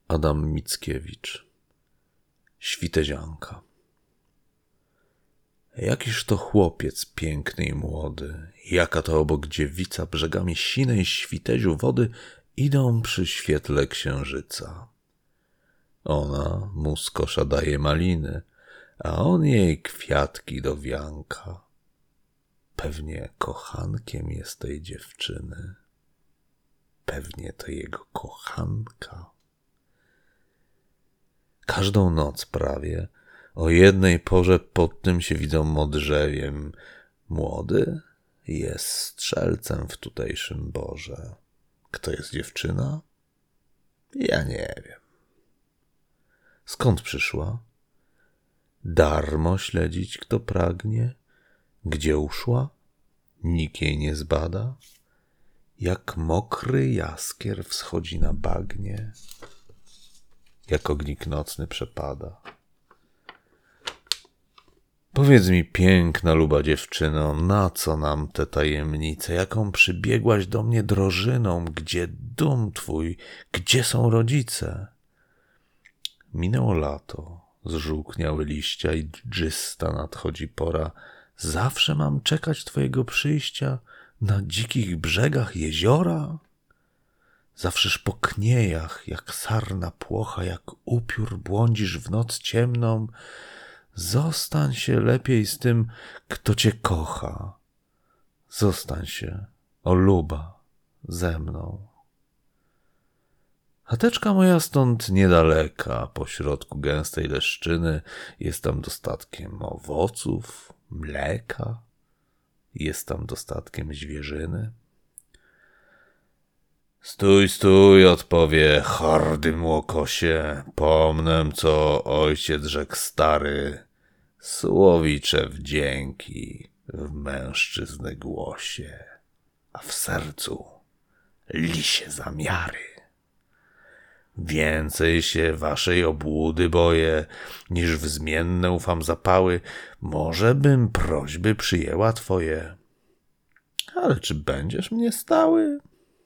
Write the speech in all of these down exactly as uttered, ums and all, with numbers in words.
Adam Mickiewicz. Świtezianka. Jakiż to chłopiec piękny i młody, jaka to obok dziewica, brzegami sinej świteziu wody idą przy świetle księżyca. Ona mu z kosza daje maliny, a on jej kwiatki do wianka. Pewnie kochankiem jest tej dziewczyny. Pewnie to jego kochanka. Każdą noc prawie o jednej porze pod tym się widzą modrzewiem. Młody jest strzelcem w tutejszym borze. Kto jest dziewczyna? Ja nie wiem. Skąd przyszła? Darmo śledzić, kto pragnie. Gdzie uszła? Nikt jej nie zbada. Jak mokry jaskier wschodzi na bagnie, jak ognik nocny przepada. Powiedz mi, piękna, luba dziewczyno, na co nam te tajemnice? Jaką przybiegłaś do mnie drożyną? Gdzie dom twój? Gdzie są rodzice? Minęło lato, zżółkniały liścia i dżista nadchodzi pora. Zawsze mam czekać twojego przyjścia na dzikich brzegach jeziora? Zawszeż po kniejach, jak sarna płocha, jak upiór błądzisz w noc ciemną. Zostań się lepiej z tym, kto cię kocha. Zostań się, o luba, ze mną. Chateczka moja stąd niedaleka, pośrodku gęstej leszczyny. Jest tam dostatkiem owoców, mleka. Jest tam dostatkiem zwierzyny. Stój, stój, odpowie hardy młokosie, pomnę, co ojciec rzekł stary, słowicze wdzięki w mężczyzny głosie, a w sercu lisie zamiary. Więcej się waszej obłudy boję, niż w zmienne ufam zapały, może bym prośby przyjęła twoje, ale czy będziesz mnie stały?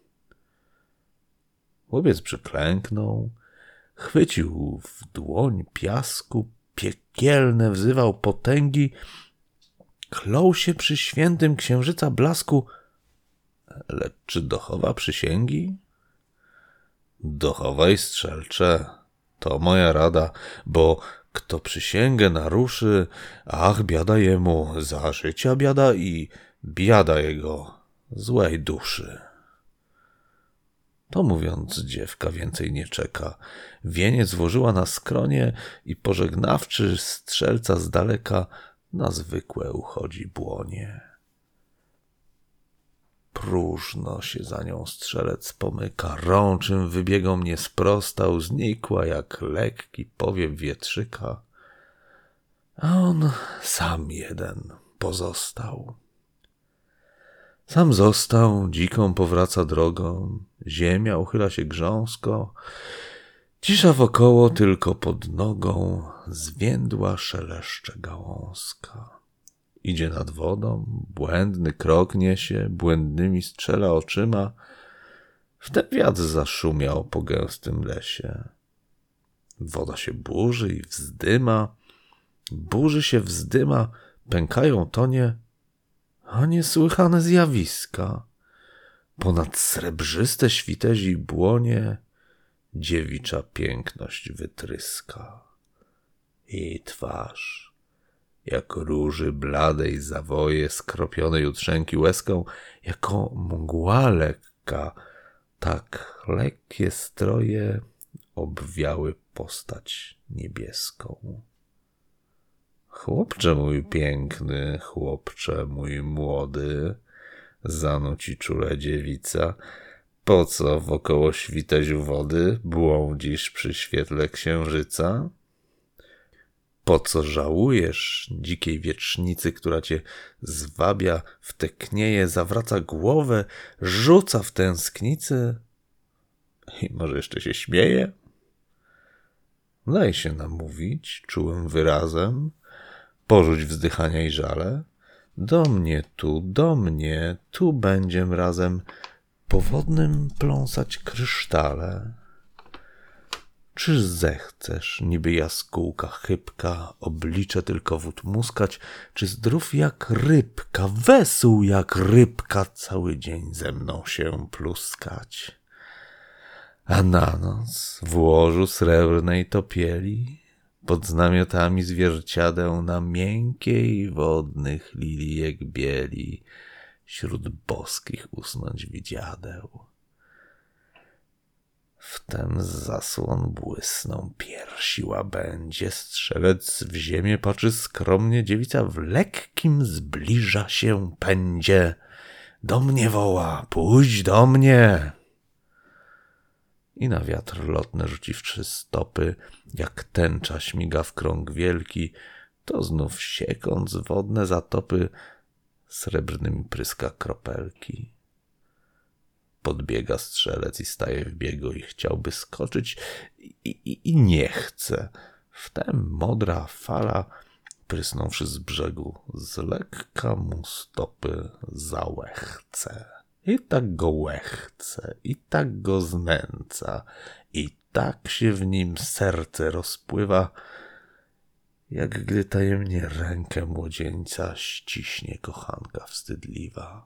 Chłopiec przyklęknął, chwycił w dłoń piasku, piekielne wzywał potęgi, klął się przy świętym księżyca blasku, lecz czy dochowa przysięgi? Dochowaj, strzelcze, to moja rada, bo kto przysięgę naruszy, ach, biada jemu, za życia biada i biada jego złej duszy. To mówiąc, dziewka więcej nie czeka. Wieniec włożyła na skronie i pożegnawczy strzelca z daleka na zwykłe uchodzi błonie. Próżno się za nią strzelec pomyka, rączym wybiegom nie sprostał, znikła jak lekki powiew wietrzyka, a on sam jeden pozostał. Sam został, dziką powraca drogą, ziemia uchyla się grząsko, cisza wokoło, tylko pod nogą zwiędła szeleszcze gałązka. Idzie nad wodą, błędny krok niesie, błędnymi strzela oczyma, wtem wiatr zaszumiał po gęstym lesie. Woda się burzy i wzdyma, burzy się wzdyma, pękają tonie, a niesłychane zjawiska. Ponad srebrzyste świtezi błonie dziewicza piękność wytryska. Jej twarz, jak róży bladej zawoje skropionej jutrzenki łezką, jako mgła lekka, tak lekkie stroje obwiały postać niebieską. Chłopcze mój piękny, chłopcze mój młody, zanuci czule dziewica, po co wokoło świteziu wody błądzisz przy świetle księżyca? Po co żałujesz dzikiej wiecznicy, która cię zwabia w te knieje, zawraca głowę, rzuca w tęsknicy i może jeszcze się śmieje? Daj się namówić czułym wyrazem, porzuć wzdychania i żale. Do mnie tu, do mnie, tu będziem razem po wodnym pląsać krysztale. Czyż zechcesz, niby jaskółka chybka, oblicze tylko wód muskać, czy zdrów jak rybka, wesół jak rybka, cały dzień ze mną się pluskać? A na noc w łożu srebrnej topieli, pod znamiotami zwierciadeł na miękkiej wodnych lilijek bieli, śród boskich usnąć widziadeł. Wtem z zasłon błysną piersi łabędzie, strzelec w ziemię patrzy skromnie, dziewica w lekkim zbliża się pędzie. Do mnie woła, pójdź do mnie! I na wiatr lotne rzuciwszy stopy, jak tęcza śmiga w krąg wielki, to znów siekąc wodne zatopy, srebrnymi pryska kropelki. Podbiega strzelec i staje w biegu i chciałby skoczyć i, i, i nie chce. Wtem modra fala, prysnąwszy z brzegu, z lekka mu stopy załechce. I tak go łechce, i tak go znęca, i tak się w nim serce rozpływa, jak gdy tajemnie rękę młodzieńca ściśnie kochanka wstydliwa.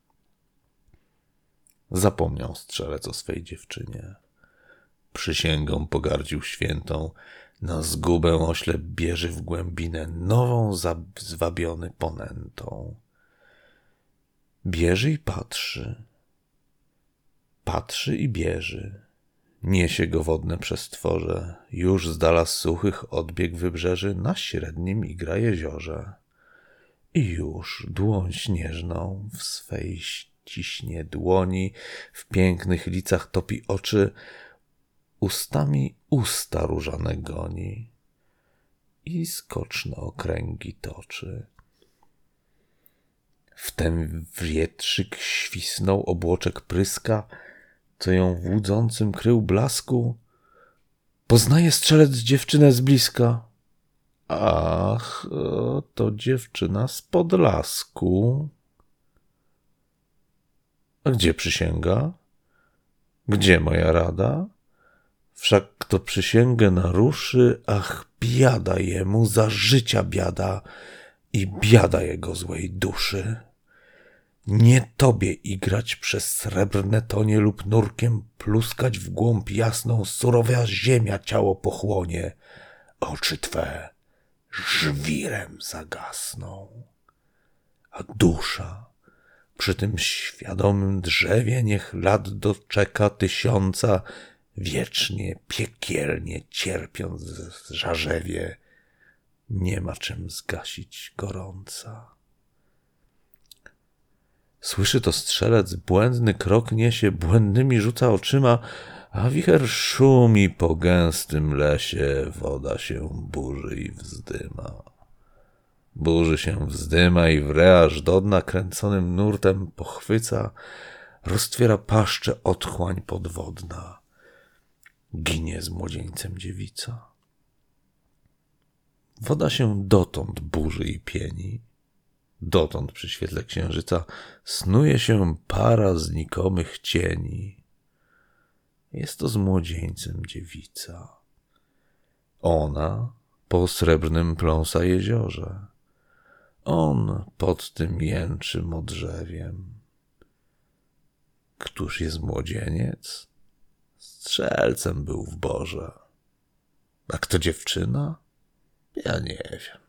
Zapomniał strzelec o swej dziewczynie. Przysięgą pogardził świętą, na zgubę oślep bierze w głębinę nową zwabiony ponętą. Bierze i patrzy, patrzy i bierze, niesie go wodne przestworze, już z dala suchych odbieg wybrzeży, na średnim igra jeziorze. I już dłoń śnieżną w swej ciśnie dłoni, w pięknych licach topi oczy, ustami usta różane goni i skoczne okręgi toczy. Wtem wietrzyk świsnął, obłoczek pryska, co ją w łudzącym krył blasku. Poznaje strzelec dziewczynę z bliska. Ach, to dziewczyna z Podlasku. A gdzie przysięga? Gdzie moja rada? Wszak kto przysięgę naruszy, ach, biada jemu, za życia biada i biada jego złej duszy. Nie tobie igrać przez srebrne tonie lub nurkiem pluskać w głąb jasną, surowa ziemia ciało pochłonie. Oczy twe żwirem zagasną, a dusza przy tym świadomym drzewie niech lat doczeka tysiąca, wiecznie, piekielnie cierpiąc żarzewie, nie ma czym zgasić gorąca. Słyszy to strzelec, błędny krok niesie, błędnymi rzuca oczyma, a wicher szumi po gęstym lesie, woda się burzy i wzdyma. Burzy się wzdyma i wre aż do dna kręconym nurtem pochwyca, roztwiera paszczę otchłań podwodna. Ginie z młodzieńcem dziewica. Woda się dotąd burzy i pieni, dotąd przy świetle księżyca snuje się para znikomych cieni. Jest to z młodzieńcem dziewica. Ona po srebrnym pląsa jeziorze, on pod tym jęczy modrzewiem. Któż jest młodzieniec? Strzelcem był w Boże. A kto dziewczyna? Ja nie wiem.